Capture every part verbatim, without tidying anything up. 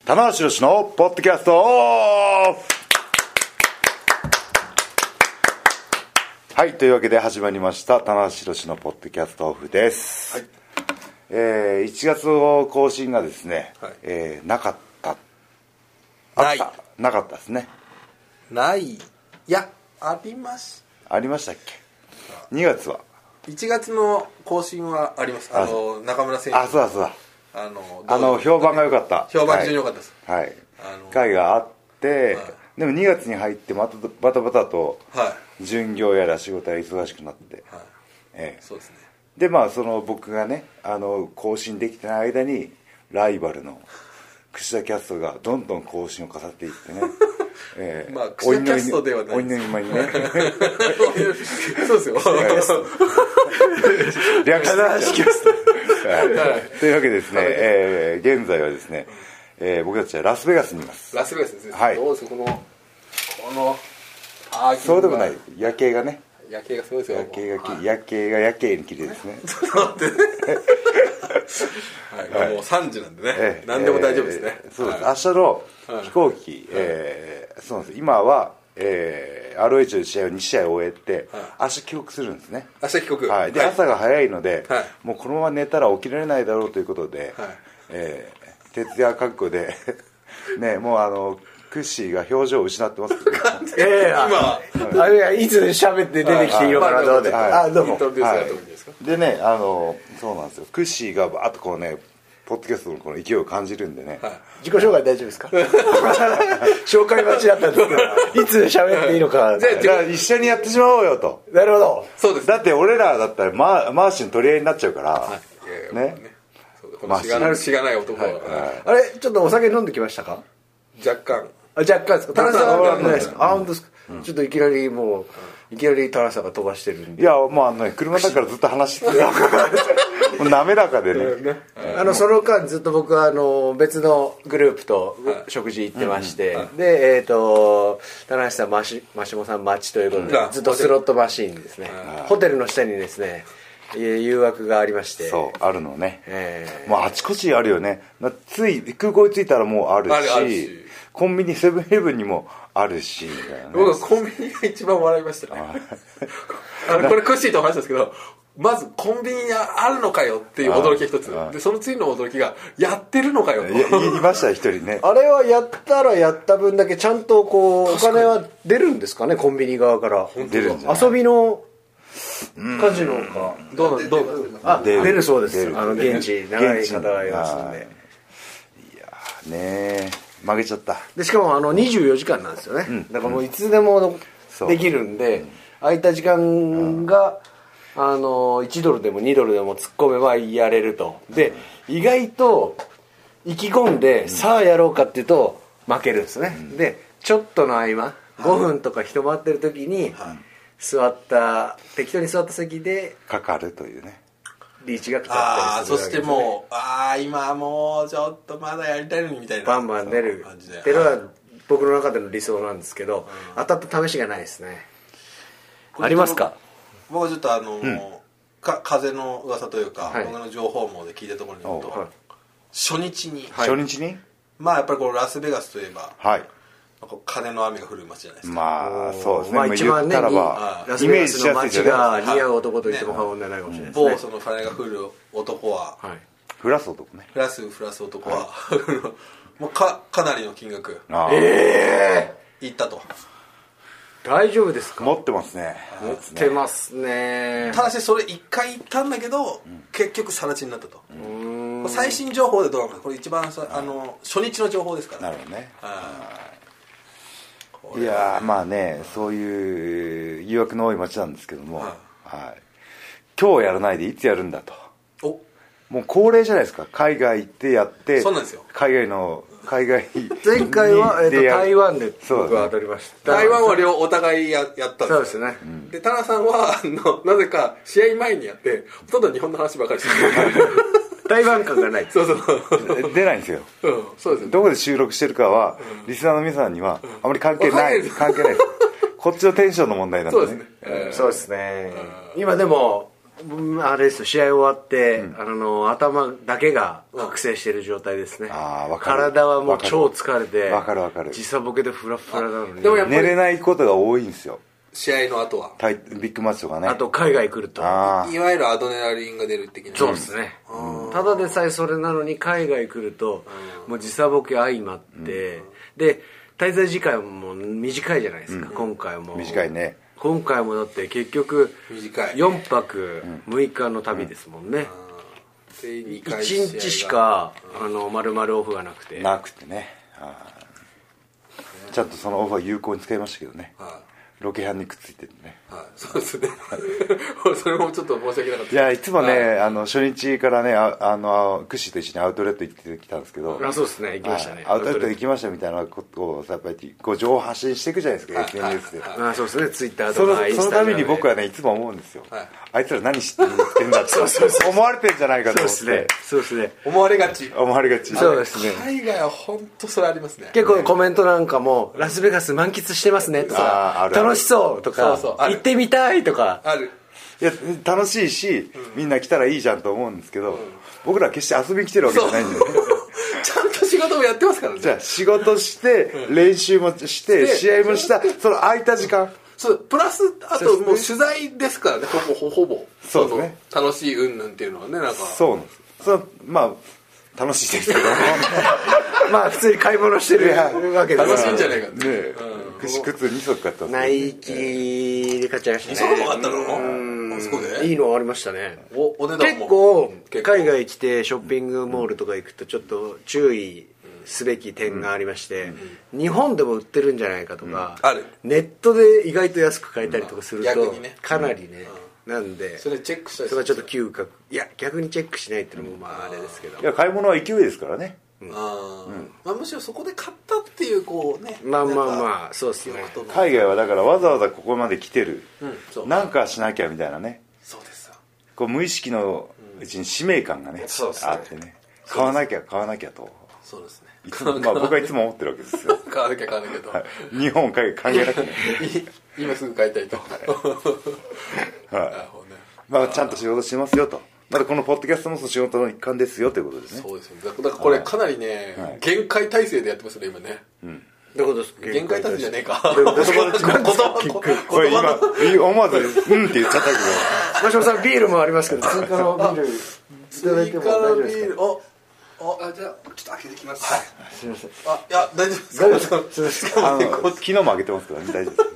棚橋宏のポッドキャストオフ。はい、というわけで始まりました棚橋宏のポッドキャストオフです、はい。えー、いちがつの更新がですね、はい、えー、なかったないなかったですね。 ないいやありますありましたっけ。にがつはいちがつの更新はあります。あの中村選手、 あ、そうだそうだ、 あのあの評判が良かった、 評判非常に良かったです、 はい、はい、 あの会があって、はい、でもにがつに入ってまたバタバタと巡業やら仕事が忙しくなって、はい、ええ、そうですね。でまあその僕がねあの更新できてない間にライバルの串田キャストがどんどん更新を重ねていってねえー、 まあ串田キャストではないおいの今にねそうですよ略してキャストというわけでですね、えー、現在はですね、えー、僕たちはラスベガスにいます。 ラスベガスですね、 はい、 どうですかこのこのパーキング。 そうでもない、夜景がね、 夜景がすごいですよ。 夜景が、はい、夜景が夜景に綺麗ですね。 はい、もうさんじなんでね、えー、何でも大丈夫ですね、 えー、そうです、はい、明日の飛行機、はい、えー、そうなんです。今は、えー、アールオーエイチ の試合をに試合終えて、はい、明日帰国するんですね。 明日帰国、 はい、で、はい、朝が早いので、はい、もうこのまま寝たら起きられないだろうということで、はい、えー、徹夜覚悟でね、もうあのクッシーが表情を失ってますけどえー、今あれはいつ喋って出てきていいのかなと思って、はい、あ、どうも、はい、 でね、あのそうなんですよ、クッシーがバーッとこうねポッドキャストのこの勢いを感じるんでね、はい、 自己紹介大丈夫ですか紹介待ちだったんですけどいつ喋っていいのか、 じゃあ一緒にやってしまおうよと。 なるほど、 そうです。だって俺らだったらマー、マーシーの取り合いになっちゃうから、はい、ね、 ね、このしがないしがない男は、はいはい、 あれちょっとお酒飲んできましたか。 若干、 あ、若干ですか。田中さんはないですか。あ、本当ですか、うん、ちょっといきなりもういきなり田中さんが飛ばしてるんで。 いやもうあの、ね、車だからずっと話してるもう滑らかでね、ね、 あのその間ずっと僕はあの別のグループと食事行ってまして、はい、でえっ、ー、と田中さんマシマシモさん待ちということで、うん、ずっとスロットマシーンですね、ホテルの下にですね誘惑がありまして、 そうあるのね、えー、もうあちこちあるよね。つい空港に着いたらもうある し, あるしコンビニセブンイレブンにもあるしみたいな、ね、 僕はコンビニが一番笑いましたねあのこれクッシーと話したんですけど、まずコンビニにあるのかよっていう驚きが一つで、その次の驚きがやってるのかよと言いました一人ね。 あれはやったらやった分だけちゃんとこうお金は出るんですかね、コンビニ側から。 出るんじゃない。 遊びのカジノかどうなんどうあ出るそうです。あの現地長い方がいますんで。 いやね負けちゃった。 でしかもあのにじゅうよじかんなんですよね、うん、だからもういつでもできるんで、うん、空いた時間があのいちドルでもにドルでも突っ込めばやれると。で意外と意気込んで、うん、さあやろうかっていうと負けるんですね、うん、でちょっとの合間ごふんとか人回ってる時に、はい、座った適当に座った席でかかるというねリーチが来たったりするわけです、ね、 あそしてもうああ今もうちょっとまだやりたいのにみたいなバンバン出るっていうのは僕の中での理想なんですけど、うん、当たった試しがないですね。ありますか。 僕はちょっとあの、うん、か風の噂というか、はい、僕の情報網で聞いたところによると、はい、初日に、 はい、初日にまあやっぱりこのラスベガスといえば、 はい、 金の雨が降る街じゃないですか。 まあそうですね、 まあ、一番ねラスベガスの街が似合う男と言っても過言ではないかもしれないですね。 某その金が降る男は、 はい、降らす男ね降らす降らす男は、はい、もう か, かなりの金額ええー、いったと。 大丈夫ですか。 持ってますね。 持ってますね。 ただしそれいっかい行ったんだけど、うん、結局更地になったと。うん最新情報でどうなのか、これ一番あの初日の情報ですから。 なるほどね。いやまあね、そういう誘惑の多い街なんですけども、はいはい、今日やらないでいつやるんだと。おもう恒例じゃないですか。海外行ってやって、 そうなんですよ。 海外の海外前回は、えー、と台湾で僕は当たりました。 台湾は両お互い や, やったんですよ。 そうですね、うん、 で田中さんはのなぜか試合前にやってほとんど日本の話ばかりして台湾感がないそうそう出ないんですよ、 うん、そうですね。 どこで収録してるかは、うん、リスナーの皆さんにはあまり関係ない、関係ないですこっちのテンションの問題なんでね。 そうですね、 えー、そうですね、うん、今でもあれですよ、試合終わって、うん、あの頭だけが覚醒してる状態ですね、うん、 あ分かる。 体はもう超疲れて、 分かる分かる。 時差ボケでフラフラなのに、 でもやっぱり寝れないことが多いんですよ、 試合の後は。 ビッグマッチとかね。 あと海外来ると、 いわゆるアドレナリンが出る的な。 そうですね、うん、ただでさえそれなのに海外来ると、うん、もう時差ボケ相まって、うん、で滞在時間も短いじゃないですか、うん、今回も短いね。 今回もだって結局短いよんぱくむいかの旅ですもんね、うん、いちにちしか、うん、あの丸々オフがなくてなくてね、ちゃんとそのオフは有効に使いましたけどね、ロケハンにくっついてるね、 はい、そうですねそれもちょっと申し訳なかった。 いやいつもね、はい、あの初日からね、ああのクッシーと一緒にアウトレット行ってきたんですけど、 あ、そうですね、行きましたね、 はい、アウトレット行きましたみたいなことをやっぱりこう情報発信していくじゃないですか、はい、エスエヌエス で、はいはい、 あ、そうですね、ツイッターとかインスタグラムで、そのために僕はねいつも思うんですよ、はい、あいつら何知ってんだって思われてんじゃないかと思って。そうですね、 そうですね、 思われがち思われがち。 そうですね、 海外は本当それありますね。 結構コメントなんかもラスベガス満喫してますねとか、あるある、楽しそうとか、そうそう、行ってみたいとかある。 いや楽しいし、うん、みんな来たらいいじゃんと思うんですけど、うん、僕らは決して遊びに来てるわけじゃないんでちゃんと仕事もやってますからね。 じゃあ仕事して、うん、練習もして試合もした、その空いた時間、 そうプラスあともう取材ですからね、ほぼほぼそうですね、 楽しい云々っていうのはね、なんかそうなんです。そのまあ楽しいですけどまあ普通に買い物してるわけで楽しいんじゃないかってね、靴靴に足買ったんです、 ナイキで買っちゃいましたね。 に足も買ったの？そこでいいのありましたね。 おお値段も結構海外来てショッピングモールとか行くとちょっと注意すべき点がありまして、うん、日本でも売ってるんじゃないかとか、 うん、あるネットで意外と安く買えたりとかすると、 うんね、 かなりね、うん、なんでそれチェックしたり、 それはちょっと嗅覚、いや逆にチェックしないっていうのもまああれですけど、 いや買い物は勢いですからね、 うん、あ、うん、まあ、むしろそこで買ったっていうこうね、 まあまあまあそうですね、 海外はだからわざわざここまで来てる、うん、なんかしなきゃみたいなね、 そうですよ、 こう無意識のうちに使命感がね、うん、あってね、買わなきゃ買わなきゃと、 そうですね、 いつも、まあ、僕はいつも思ってるわけですよ買わなきゃ買わなきゃと、はい、 日本海外関係なくね今すぐ買いたいと、 はいはい、まあ、ちゃんと仕事してますよと、まだこのポッドキャストも仕事の一環ですよということですね。 そうですね、だからこれかなりね、はい、限界体制でやってますね今ね、うん、 どういうことですか、 限界体制じゃねえか言葉これ今思わずうんって言っちゃったけど真島さんビールもありますけど追加のビール追加のビール、おあ、じゃあちょっと開けてきます。はい。すみません。あ、いや大丈夫です。大丈夫です。 昨日も開けてますからね、大丈夫です。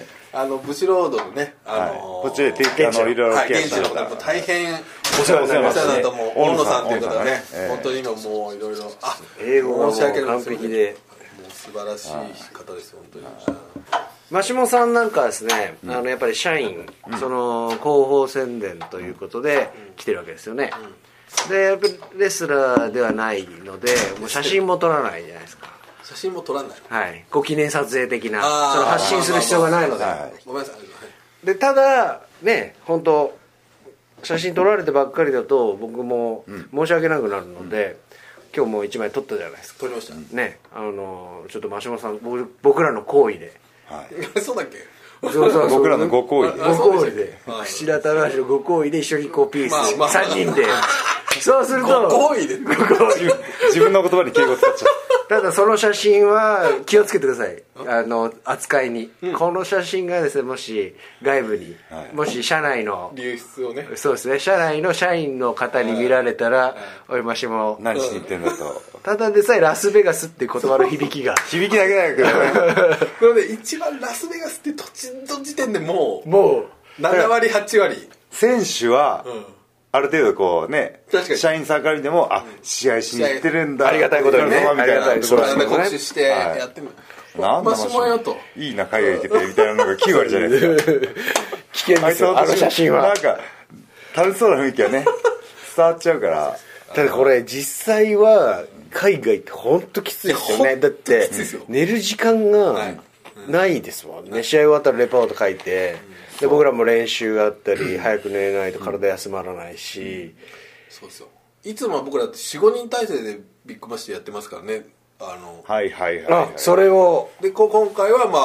あのブシロードのね、あのこっちで提供のいろいろケアしてもらって大変お世話になりました。もう大野さんという方がね、本当に今もういろいろあ英語も完璧で、 もう素晴らしい方です本当に。 真下さんなんかですね、あのやっぱり社員その広報宣伝ということで来てるわけですよね。でレスラーではないのでもう写真も撮らないじゃないですか。 写真も撮らない、 はい、ご記念撮影的な、その発信する必要がないので、 ごめんなさい。 でただね、本当写真撮られてばっかりだと僕も申し訳なくなるので、うん、今日も一枚撮ったじゃないですか。 撮りましたね、あのちょっと真下さん僕らの行為で、 はい、そうだっけそうそう僕らのご好意でご好意で串田棚橋のご好意で一緒にこうピース、まあまあ、さんにんでそうするとご好意で自分の言葉に敬語使っちゃう。 ただその写真は気をつけてください、あの扱いに、うん、この写真がですねもし外部に、はい、もし社内の流出をね、 そうですね、社内の社員の方に見られたら、はい、おいましも何しに行ってんだと、 ただでさえラスベガスって言葉の響きが響きだけだけどねこれで一番ラスベガスって土地の時点でもうもうななわりはちわり選手は、うん、ある程度こうね、社員さんから見ても、あ、試合しに行ってるんだ、 ありがたいことにね、 みたいなところで告知してやってみる、 なんだよと、いいな海外行っててみたいなのがきゅうわりじゃないですか危険ですよ、あの写真は。 なんか楽しそうな雰囲気がね伝わっちゃうから。 ただこれ実際は海外って本当きついですよね。だって寝る時間がないですもんね。試合終わったらレポート書いて、で僕らも練習があったり、早く寝れないと体休まらないし、 そうそう、いつもは僕らって よん,ご 人体制でビッグマッシュやってますからね。あのはいはいはい、はい、 あそれをで今回はまあ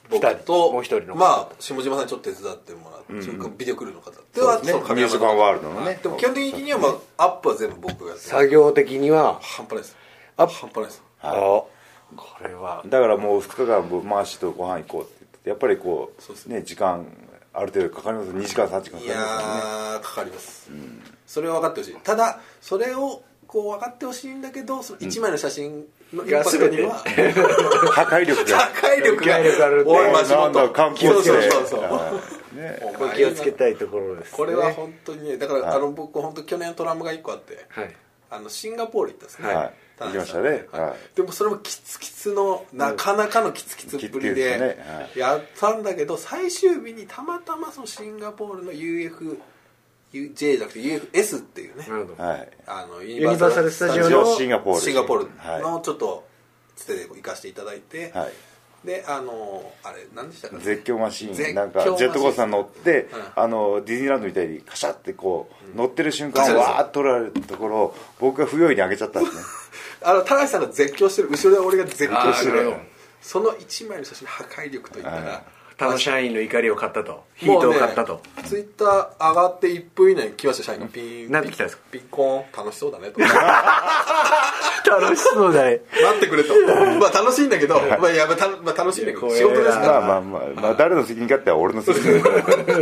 僕ともう一人のまあ下島さんにちょっと手伝ってもらって、うん、ビデオクルーの方では、 ね、ニュージャパンワールドのね。 でも基本的には、まあ、アップは全部僕がやって作業的には半端ないです。 あ半端ないです。 あ、これはだからもうふつかかんマーシとご飯行こうって言ってやっぱりこうね時間ある程度かかります。にじかんさんじかんかかりますからね。 いやかかります、うん、それを分かってほしい。ただそれをこう分かってほしいんだけど、そのいちまいの写真のインパクトには、うん、 破壊力が破壊力があるんで、 おい松本観光地でそうそうそうね、気をつけたいところです、ね、 これは本当にね、だから、はい、あの僕本当去年トラウマがいっこあって、はい、あのシンガポール行ったんですね、はい、 行きましたね、はい、 でもそれもキツキツのなかなかのキツキツっぷりでやったんだけど、最終日にたまたまそのシンガポールの ユーエフジェイ じゃなくて ユーエフエス っていうね、 はい、 あのユニバーサルスタジオのシンガポールシンガポールのちょっとつてで行かせていただいて、 はい、 であのあれ何でしたかね、 絶叫マシーンなんかジェットコースター乗って、うん、あのディズニーランドみたいにカシャってこう、うん、乗ってる瞬間わーっと撮られるところを僕が不用意に上げちゃったんですねあの高橋さんが絶叫してる後ろで俺が絶叫してる、そのいちまいの写真の破壊力といったら他の社員の怒りを買ったと、ヒートを買ったと、 ね、ツイッター上がっていっぷん以内に来ました社員がピンなんて来たんですか、 ピンコーン楽しそうだねと楽しそうだね待ってくれとまあ楽しいんだけど、まあ、いやまあまあ楽しいんだけど仕事ですからまあまあまあ、まあ、誰の責任かっては俺の責任俺もね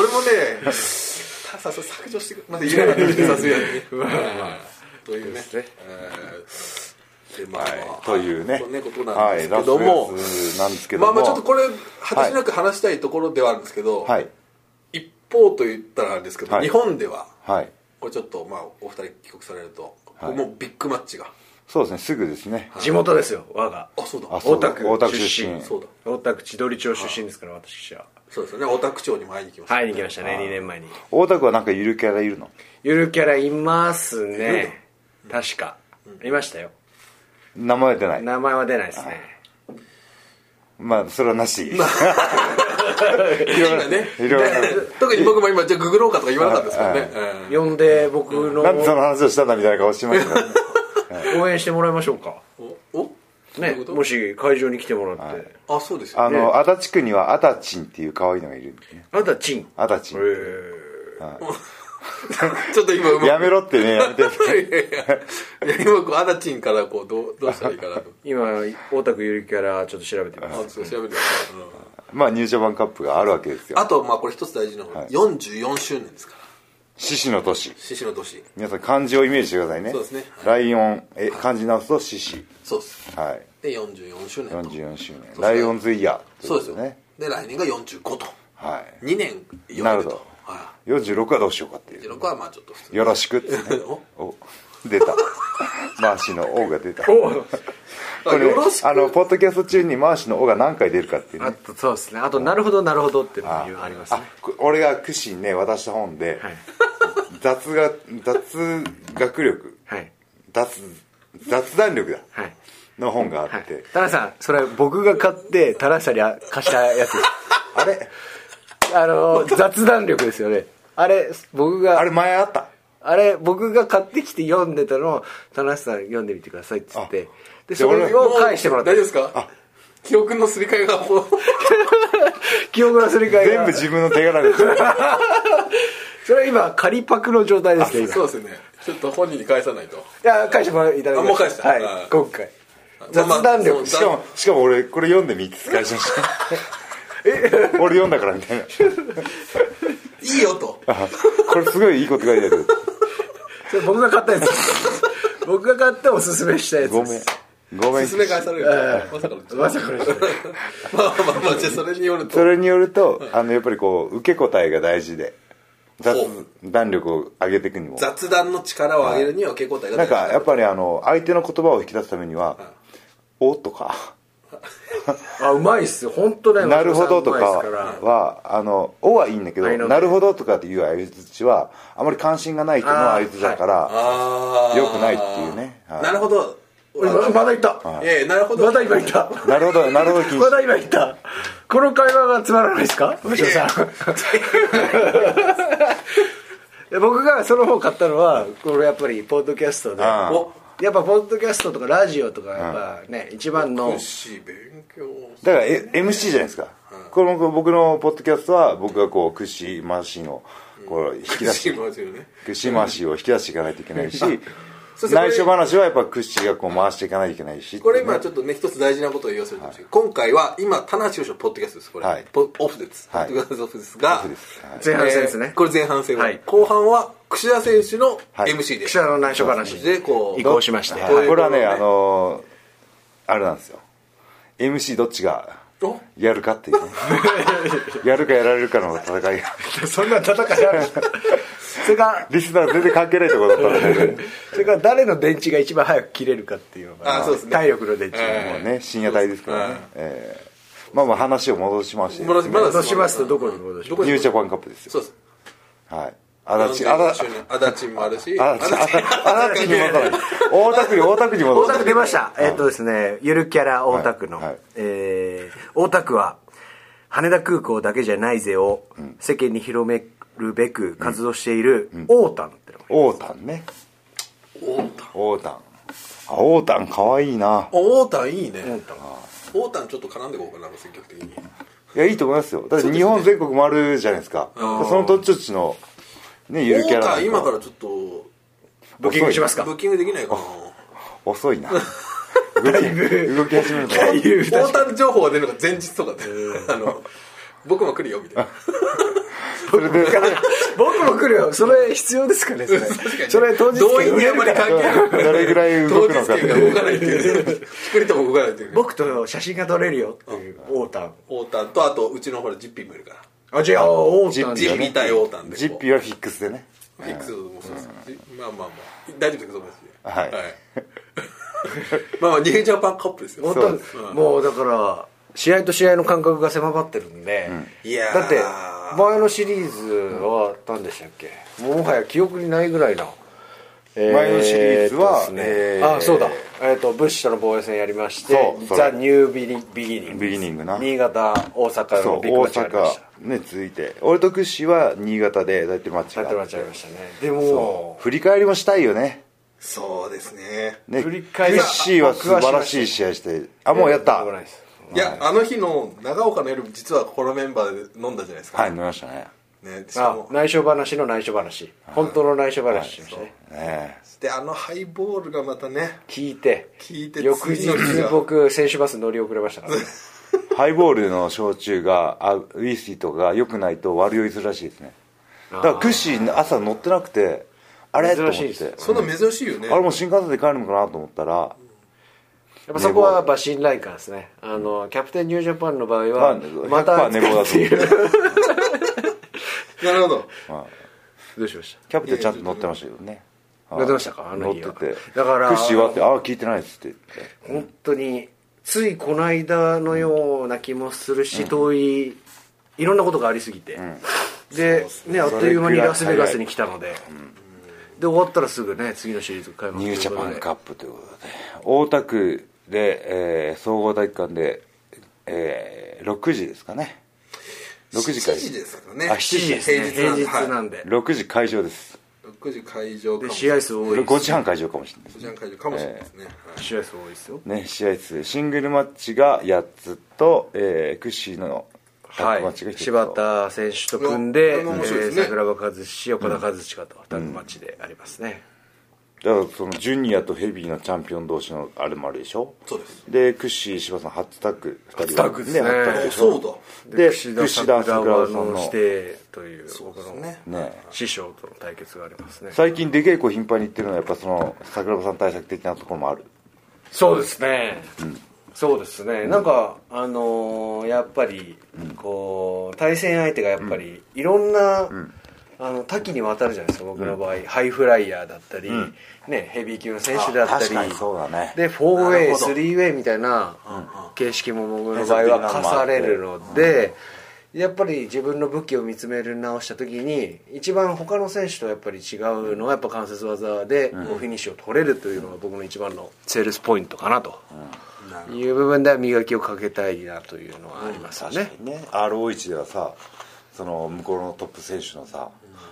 さすが削除してくれまだ言えなかったさすがにというね、 でまあ、はい、というね、 ねことなんですけども、 はい、なんですけども、 まあまあちょっとこれ果てしなく話したいところではあるんですけど、はい、一方と言ったらあれですけど、はい、日本では、はい、これちょっとまあお二人帰国されると、はい、もうビッグマッチがそうですね、すぐですね、 地元ですよ我が、 あそうだ大田区出身、 そうだ大田区千鳥町出身ですから私は。 そうですよね、大田区町にも会いに来ました、 会いに来ましたね、にねんまえに。 大田区はなんかゆるキャラいるの？ ゆるキャラいますね、確か、うん、いましたよ。 名前は出ない。 名前は出ないですね。 まあそれはなし。 今ね、特に僕も今じゃあググろうかとか言わなかったですからね。 呼んで僕のなんでその話をしたんだみたいな顔してましたね。 応援してもらいましょうか。おね、もし会場に来てもらって。 あ、そうですよ。 あの足立区にはアタチンっていう可愛いのがいるんですね。 アタチン。 アタチン。 ちょっと今やめろってね、やめて。いや今こうアダチンからこうどうどうしたらいいかなと。 今大田区ゆるキャラちょっと調べてます。 あ、調べてます。 まあ入社版カップがあるわけですよ。 あとまあこれ一つ大事なのがよんじゅうよんしゅうねんですから。 獅子の年。 獅子の年。 皆さん漢字をイメージしてくださいね。 そうですね。 ライオンえ漢字直すと獅子。 そうです。 はい。 でよんじゅうよんしゅうねん。 よんじゅうよんしゅうねん。ライオンズイヤー。そうですよね。で来年がよんじゅうごと。 はい。 にねんよんなるほど。よんじゅうろくはどうしようかっていう。 よんじゅうろくはまあちょっと普通よろしくってね。お出た。マーシーの「お」が出た。これね、あのポッドキャスト中にマーシーの「お」が何回出るかっていうね。 あとそうですね。あとなるほどなるほどっていうのがありますね。 俺がクシにね渡した本で、はい、雑が雑学力、はい、雑雑談力だ、はい、の本があって。はい、 田中さんそれ僕が買って田中さんに貸したやつです。 あれ。 あの雑談力ですよね。あれ僕があれ前あった。 あれ僕が買ってきて読んでたのを田中さん読んでみてくださいっつって、でそれを返してもらった。 大丈夫ですか？あ、記憶のすり替えが記憶のすり替えが全部自分の手柄です。 それは今仮パクの状態ですね。 そうですね。ちょっと本人に返さないと。いや返してもらいただきました。 もう返した。 はい。今回雑談力。 しかもしかも俺これ読んでみって返しました。え俺読んだからみたいな。いいよと。 これすごいいいこと書いてある。 それ僕が買ったやつ。僕が買っておすすめしたやつ。 ごめん。ごめん。 おすすめ返される。まさかの。 まさかの。 まあまあまあじゃあそれによると。 それによるとあのやっぱりこう受け答えが大事で。雑談力を上げていくにも。 雑談の力を上げるには受け答えが大事。なんかやっぱりあの相手の言葉を引き出すためには、おとか。 あうまいっすよ本当ね。 なるほどとかはあの「お」はいいんだけど「なるほど」とかっていう相づちはあまり関心がない人の相づちだからよくないっていうね。 なるほど。 まだいった。 ええなるほど。 まだ今いった。 なるほどなるほど。 まだ今いった。この会話がつまらないですか吉野さん。僕がその本買ったのはこれやっぱりポッドキャストで。 やっぱポッドキャストとかラジオとかやっぱね、うん、一番のクッシー勉強だから、え、エムシー じゃないですか、うん、この僕のポッドキャストは僕がこうクッシー回しのこう引き出し、うん、クッシー回しを引き出していかないといけないし内緒話はやっぱクッシーがこう回していかないといけないし、 これ今ちょっとね一つ大事なことを言わせると、はい、今回は今棚橋宏のポッドキャストですこれ、はい、オフです、はい、ポッドキャストオフですが、はい、 前半戦ですね、 えー、これ前半戦は、はい、後半は櫛田選手の エムシー で、 櫛田の内緒話でこう移行しまして、 はい、これはねあのー、あれなんですよ エムシー どっちがやるかっていうねやるかやられるかの戦いがそんな戦いあるそれがリスナー全然関係ないところだったんでそれから誰の電池が一番早く切れるかっていうのが、 あそうですね、 体力の電池が、 もうね深夜帯ですからね、えー、まあまあ話を戻しまして、 戻し戻しますとどこに戻します？ ニュージャパンカップですよ。 そうです、 はい、足立足立もあるし足立足立に戻る大田区に大田区に戻る大田区出ました、えーっとですねゆるキャラ大田区の、はいはい、えー、大田区は羽田空港だけじゃないぜを世間に広めるべく活動しているオータンってのがオータンね、 オータンオータンあオータンかわいいな、 オータンいいね、オータンオータンちょっと絡んでいこうかな積極的に。いやいいと思いますよ、だって日本全国回るじゃないですか、その土地土地のねゆるキャラ、 オータン今からちょっとブッキングしますか？ ブッキングできないかな。 遅いなだいぶ動き始めるのか。 大谷情報が出るのが前日とかであの僕も来るよみたいな僕も来るよ、それ必要ですかね、それそれ当日券売れるから関係ないどれぐらい動くのかって当日券が動かないっていうしっくりとも動かないっていう、 僕と写真が撮れるよっていうオータンオータンとあとうちのほらジッピーもいるから、 あじゃあオータンジッピー対オータンでジッピーはフィックスでね、 フィックスもそうです、まあまあまあ大丈夫ですけど、 はい、 まあまあニュージャパンカップですよ。 そうです、もうだから試合と試合の間隔が狭まってるんで、 うん、いやだって前のシリーズは何でしたっけ、もはや記憶にないぐらいな、 えー、前のシリーズは、 ねえー、あそうだ、えー、とブッシュとの防衛戦やりまして、ザ・ニュービギビギニングビギニングな新潟大阪のビッグマッチありました。 ね、続いて俺とクッシーは新潟でタイトルマッチがあってタイトルマッチありましたね。 でも振り返りもしたいよね。 そうですね。 ね、振り返りクッシーは素晴らしい試合して、あもうやった。 いや、あの日の長岡の夜実はこのメンバーで飲んだじゃないですか。 はい、飲みましたね。 ね、 あ内緒話の内緒話、本当の内緒話しましたね。 ねであのハイボールがまたね聞いて聞いて翌日僕選手バス乗り遅れましたからねハイボールの焼酎があウイスキーとか良くないと悪酔いするらしいですね。だからクッシー朝乗ってなくてあれと思って、 そんな珍しいよね、 うん、あれもう新幹線で帰るのかなと思ったら、やっぱそこはやっぱ信頼感ですね。あのキャプテンニュージャパンの場合はまた寝坊だと思うなるほど、 まあ、どうしました。 キャプテンちゃんと乗ってましたけどね。 乗ってましたか、あの日は。 乗っててだからクッシーはって、ああ聞いてないっつって言って、 本当についこの間のような気もするし、うん、遠いいろんなことがありすぎて、うん、でねあっという間にラスベガスに来たので、うん、で終わったらすぐね次のシリーズ開幕ということで、 ニュージャパンカップということで大田区で、えー、総合体育館で、えー、ろくじですかね。ろくじ会場しちじですかね。 あしちじですね、平日なんで、はい、 ろくじ会場です。 ろくじ会場かもで試合数多いです。 ごじはん会場かもしれない。 ごじはん会場かもしれないですね、 えーはい、試合数多いですよね。試合数シングルマッチがやっつと、えー、クッシーのタッグマッチがひとつ、 柴田選手と組んで、えー、桜庭和志岡田和親とタッグマッチでありますね、 うん、だからそのジュニアとヘビーのチャンピオン同士のあれもあるでしょ。 そうです。 でクッシー柴田さん初タッグふたり初タッグですね。 初タッグでしょ。 そうだ。 で櫛田桜庭さんの指定という僕のね師匠との対決がありますね。 最近出稽古頻繁に行ってるのはやっぱその桜庭さん対策的なところもある。 そうですね、うん、そうですね、うん、なんかあのー、やっぱりこう対戦相手がやっぱりいろんな、うん、あの多岐にわたるじゃないですか僕の場合、うん、ハイフライヤーだったり、うんね、ヘビー級の選手だったり、 確かにそうだね、 でフォーウェイスリーウェイみたいな形式も僕の場合は課されるので、やっぱり自分の武器を見つめる直した時に一番他の選手とやっぱり違うのはやっぱ関節技でフィニッシュを取れるというのが僕の一番のセールスポイントかなという部分では磨きをかけたいなというのはありますよね。 確かにね アールオーワン ではさその向こうのトップ選手のさ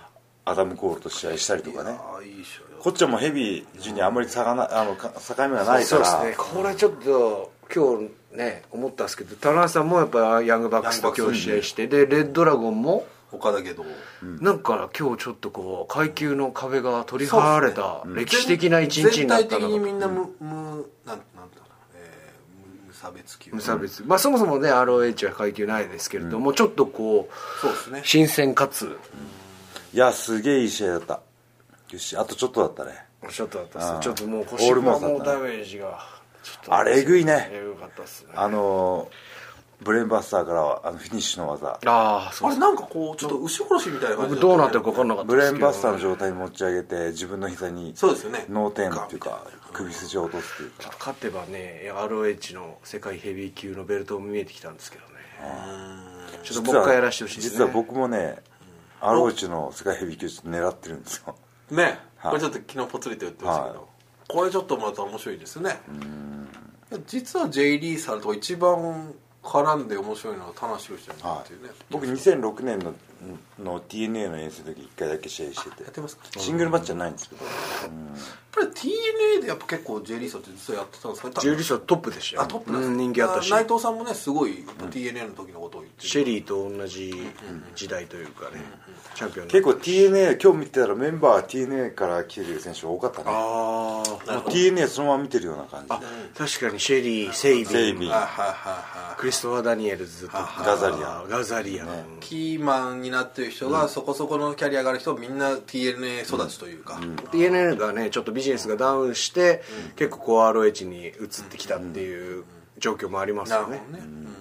アダム・コールと試合したりとかね。 いいいこっちはもうヘビー順にあんまり差がなあの境目がないから。 そうですね。これちょっと今日ね思ったんですけど、田中さんもやっぱヤングバックスと今日試合して、でレッドラゴンも岡田けど、 うん、なんか今日ちょっとこう階級の壁が取り払われた歴史的な一日になったの。 全体的にみんな無、うん、無なんなんだろう、えー、無差別級。 無差別。まあそもそもね アールオーエイチ は階級ないですけれども、うん、ちょっとこう、 そうですね。 新鮮かつ、うん、 いやすげえいい試合だった。よしあとちょっとだったね。 ちょっとだったっす。ちょっともう腰がもうダメージがちょっとあれえぐいね。 えぐかったっすね。 あのー。ブレーンバスターからはあのフィニッシュの技。 ああ、そう。あれなんかこうちょっと牛殺しみたいな感じで、 僕どうなってるか分かんなかったブレーンバスターの状態に持ち上げて自分の膝にそうですよね。 脳天っていうか首筋を落とすっていうか。 勝てばね アールオーエイチ の世界ヘビー級のベルトも見えてきたんですけどね。ちょっともう一回やらせてほしいですね。 実は僕もね アールオーエイチ の世界ヘビー級ちょっと狙ってるんですよ。 ね。これちょっと昨日ぽつりと言ってましたけど、これちょっとまた面白いですね。実は J リーサルと一番絡んで面白いのは田無宏じゃないっていうね、はい、 僕にせんろくねん の, の ティーエヌエー の遠征の時いっかいだけ試合しててやってますか。 シングルマッチじゃないんですけど、 うん、やっぱり ティーエヌエー でやっぱ結構 J リーサーって実はやってたんですか。 J リーサートップでしたよ。 あトップなんです、うん、 人気あったし内藤さんもねすごい ティーエヌエー の時のことを言ってる、 シェリーと同じ時代というかね、うんうん、チャンピオン結構 ティーエヌエー 今日見てたらメンバー ティーエヌエー から来てる選手多かったね。 ああ ティーエヌエー そのまま見てるような感じで。 確かにシェリー、セイビン、 セイビンクリストファー・ダニエルズとガザリアンガザリアン、 ね、キーマンになってる人が、うん、そこそこのキャリアがある人みんな ティーエヌエー 育ちというか、うん、 ティーエヌエー がねちょっとビジネスがダウンして、うん、結構こう アールオーエイチ に移ってきたっていう状況もありますよね。なるほどね、うん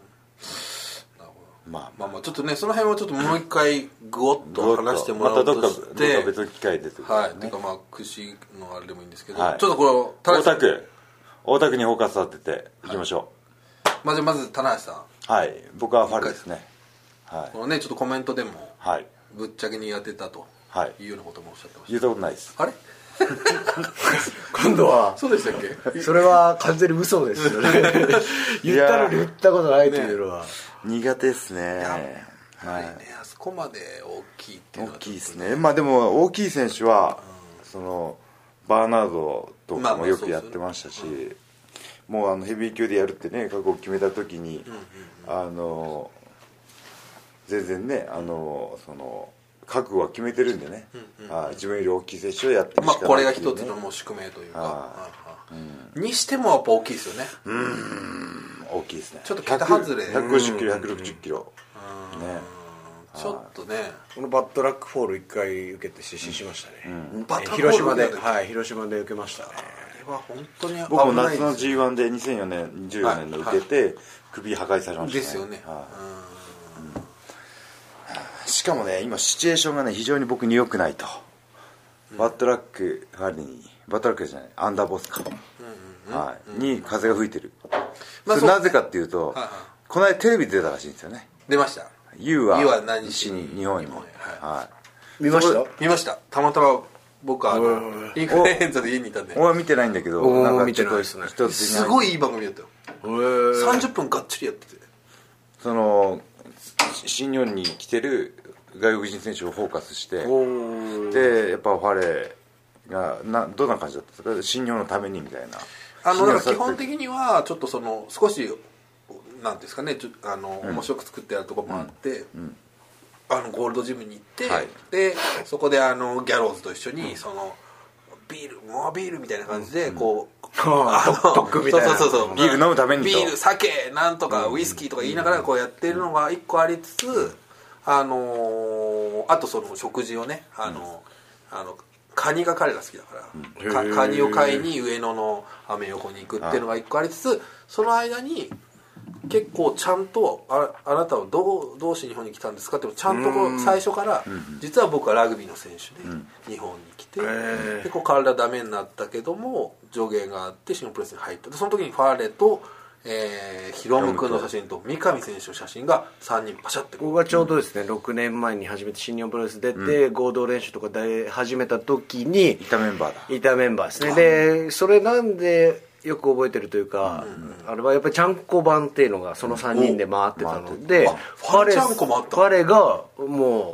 まあ、まあまあちょっとねその辺はちょっともう一回グオッと話してもらおうとして、 またどっかどっか別の機会でというか、 ね、はい、っていうかまあ串のあれでもいいんですけど、はい、ちょっとこれ大田区大田区にフォーカス当てていきましょう、はい、まずまず棚橋さん。 はい僕はファルですね。はい、 このねちょっとコメントでも、 はい、 ぶっちゃけにやってたというようなこともおっしゃってました。 言ったことないです。 あれ今度はそうでしたっけ。 それは完全に嘘ですよね。言ったのに言ったことないというのは、ね、 苦手ですね。 やっぱりね、あそこまで大きいっていうのは大きいですね。まあでも大きい選手は、うん、そのバーナードとかもよくやってましたし、まあまあそうそう、うん、もうあのヘビー級でやるってね覚悟を決めた時に、うんうんうん、あの全然ねあのその覚悟は決めてるんでね、うんうん、あ自分より大きい選手をやってるしかない、ね、 まあこれが一つのもう宿命というか、うん、にしてもやっぱ大きいですよね。 うーん大きいですね。 ちょっと桁外れひゃくごじゅっキロひゃくろくじゅっキロ、 うん、ねちょっとねこのバットラックフォールいっかい受けて失神しましたね、うんうん、バット広島で、はい、広島で受けましたね。 あれは本当に僕も夏の ジーワン でにせんよねんじゅうよねんの受けて、はいはい、首破壊されましたね。 ですよね、はい、うん、しかもね今シチュエーションがね非常に僕に良くないと、うん、バットラックファルにバットラックじゃないアンダーボスか、うんうんうんはい、に風が吹いてる、まあ、それなぜかっていうと、はいはい、この間テレビ出たらしいんですよね。 出ました。 ユー は, は何しに日本にも、はいはい、見ました見ましたたまたま僕はあのインフルエンザで家にいたんで俺は見てないんだけどなんかちょっと一つすごいいい番組だったよ。さんじゅっぷんがっちりやっててその新日本に来てる外国人選手をフォーカスしてでやっぱファレがなどんな感じだったんですか。新日本のためにみたいなあのだから基本的にはちょっとその少しなんですかねあの、うん、面白く作ってあるところもあって、うんうん、あのゴールドジムに行って、はい、でそこであのギャローズと一緒に、うん、そのビールもうビールみたいな感じでこう、うん、あの特訓みたいなそうそうそうビール飲むためにとビール酒なんとかウイスキーとか言いながらこうやってるのが一個ありつつ、うん、あのー、あとその食事をねあの、うん、あのカニが彼が好きだから、うん、カニを買いに上野のアメ横に行くっていうのが一個ありつつその間に結構ちゃんと あ, あなたはどうどうして日本に来たんですかってちゃんとこう最初から実は僕はラグビーの選手で日本に来てでこう体ダメになったけども助言があってシングルプレスに入ったでその時にファーレと、えー、ヒロム君の写真と三上選手の写真がさんにんパシャってここがちょうどですね、うん、ろくねんまえに初めて新日本プロレス出て、うん、合同練習とかで始めた時にいたメンバーだいたメンバーですね。でそれなんでよく覚えてるというか、うん、あれはやっぱりちゃんこ版っていうのがそのさんにんで回ってたので、 ファレちゃんこもあった。 ファレがもう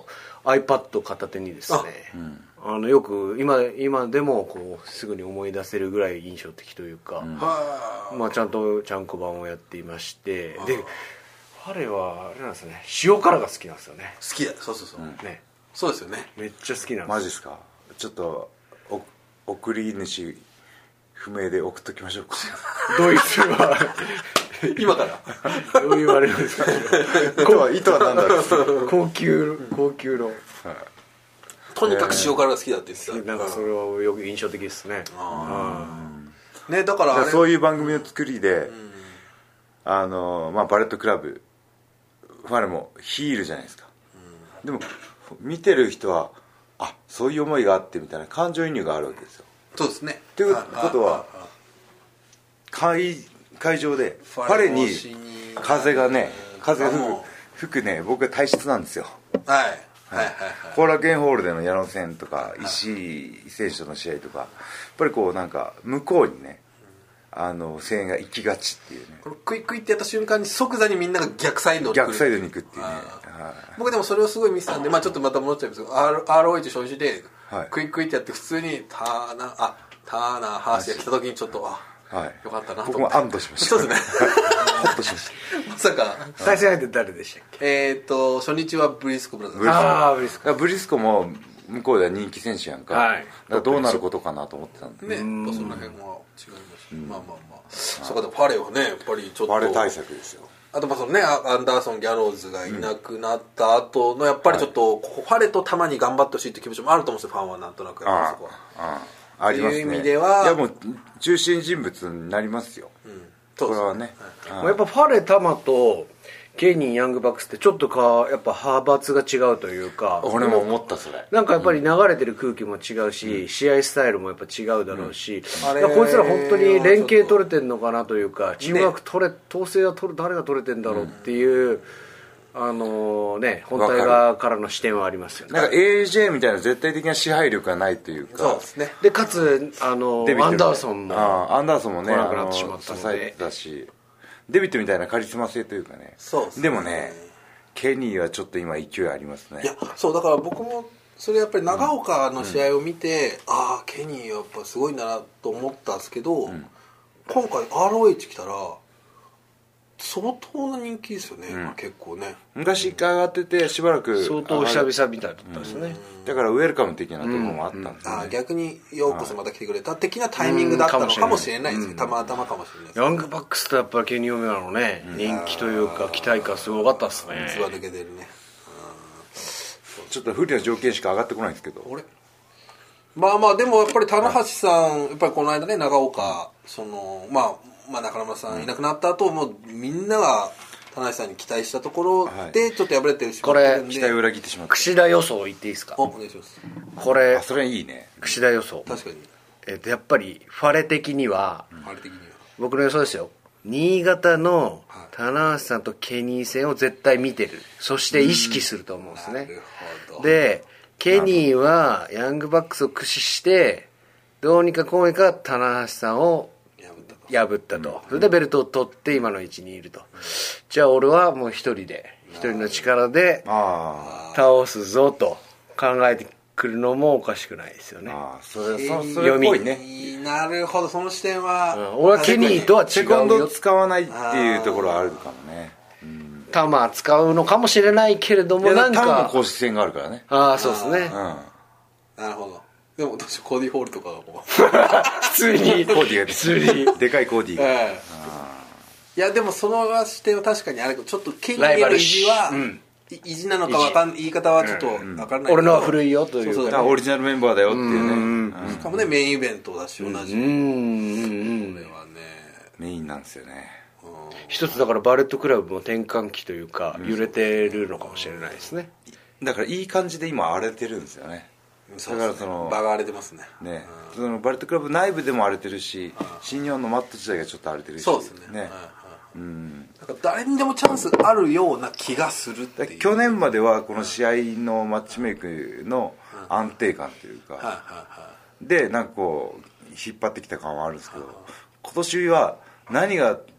iPad 片手にですね、あ、うん、あのよく今今でもこうすぐに思い出せるぐらい印象的というか、うん、まあ、ちゃんとちゃんこ版をやっていまして、でファレはあれなんですね、塩辛が好きなんですよね。 好きだ、そうそうそう、うん、 ね、 そうですよね、 めっちゃ好きなんです。 マジですか。ちょっとお送り主不明で送っときましょうか。 ドイツは今からどう言われるんですか。 糸は糸は何だろう。 高級高級の、はい、 とにかく塩辛が好きだって言ってた、えー、 なんかそれはよく印象的ですね。 あ、うん、ね、だからあれそういう番組の作りで、うん、あのまあバレットクラブファレもヒールじゃないですか、うん、でも見てる人はあ、そういう思いがあってみたいな感情移入があるわけですよ。 そうですね。 ということは会会場でファレに風がね、風が吹くね、僕は体質なんですよ。 はいはいはいはい。 後楽園ホールでの矢野戦とか石井選手との試合とか、やっぱりこうなんか向こうにね、あの声援が行きがちっていうね。 このクイックイってやった瞬間に即座にみんなが逆サイドに来る。 逆サイドに行くっていうね。 僕でもそれをすごい見てたんで、まあちょっとまた戻っちゃいますけど、アールオーエイチ 初日でクイックイってやって普通にターナーあターナーハーシが来た時にちょっとあ、はい、よかったなと思って。 僕も安堵しました。 そうですね。 ホッとしました。 まさか対戦相手誰でしたっけ。 えーっと初日はブリスコブラザーズ。 ああブリスコ。 ブリスコも向こうでは人気選手やんか。はい。だからどうなることかなと思ってたんで。 ね。やっぱその辺は違いますし、うん、まあまあまあ。そうかでファレはねやっぱりちょっと。 ファレ対策ですよ。 あとまあそのねアンダーソン・ギャローズがいなくなった後のやっぱりちょっと、はい、ファレとたまに頑張ってほしいって気持ちもあると思うんですよ、ファンはなんとなく。 あああありますね。 という意味では、 いやもう中心人物になりますよ、うん、そうですね、これはね、 はい、やっぱファレタマとケニー・ヤングバックスってちょっとかやっぱ派閥が違うというか、 俺も思ったそれ。 なんかやっぱり流れてる空気も違うし、うん、試合スタイルもやっぱ違うだろうし、うん、こいつら本当に連携取れてんのかなというか、チームワーク取れ、統制は取る誰が取れてんだろうっていう、うん、あのー、ね本体側からの視点はありますよね。 なんか エージェー みたいな絶対的な支配力がないというか。 そうですね。 でかつあのー、アンダーソンもあアンダーソンもね来なくなってしまったので、 支えてたし、デビットみたいなカリスマ性というかね。 そうですね。 でもねケニーはちょっと今勢いありますね。 いやそうだから僕もそれやっぱり長岡の試合を見て、うん、ああケニーやっぱすごいんだなと思ったんですけど、うん、今回 アールオーエイチ 来たら相当な人気ですよね、うん、結構ね。 昔一回上がっててしばらく相当久々みたいだったですね、 うん、だからウェルカム的なところもあったんですね、 うんうん、あ逆にようこそまた来てくれた的なタイミングだったのかもしれないですけど、たまたまかもしれないです、ね、 ヤングバックスとやっぱりケニー・オメガのね、うん、人気というか期待感すごかったですね。 つば抜けてるね。 ちょっと不利な条件しか上がってこないんですけど、俺まあまあでもやっぱり棚橋さんやっぱりこの間ね長岡そのまあまあ中村さんいなくなった後もうみんなが棚橋さんに期待したところでちょっと敗れてしまってるんで、 期待を裏切ってしまった。 櫛田予想言っていいですか。 お願いします。 これあそれいいね、 櫛田予想。 確かに、 えー、とやっぱりファレ的には、 うん、ファレ的には僕の予想ですよ。新潟の棚橋さんとケニー戦を絶対見てる、そして意識すると思うんですね、うん、なるほど。でケニーはヤングバックスを駆使してどうにかこうにか棚橋さんを破ったと、それでベルトを取って今の位置にいると、じゃあ俺はもう一人で一人の力で倒すぞと考えてくるのもおかしくないですよね。ああそれそそれっぽいね。 なるほど、その視点は、 うん、俺はケニーとは違うよ。 セコンド使わないっていうところはあるかもね。 タマ使うのかもしれないけれども、なんかタマの公式戦があるからね。 ああそうですね、うん、 なるほど。でも私コーディホールとかがもう普通にコーディが普通にでかいコーディが、えー、いやでもその視点は確かにあれちょっとケニーの意地は、うん、意地なのかわかん言い方はちょっと分からないけど、うん、 俺のは古いよというか、そうそうオリジナルメンバーだよっていうね、 うんうん、しかもねメインイベントだし同じ、うんうん、これはねメインなんですよね。 一つだからバレットクラブも転換期というか揺れてるのかもしれないですね。 だからいい感じで今荒れてるんですよね。 だからその場が荒れてますね。 ね、そのバレットクラブ内部でも荒れてるし、新日本のマット自体がちょっと荒れてるし、 そうですね。 ね、うん、 だから誰にでもチャンスあるような気がするっていう。 去年まではこの試合のマッチメイクの安定感というか、でなんかこう引っ張ってきた感はあるんですけど、今年は何が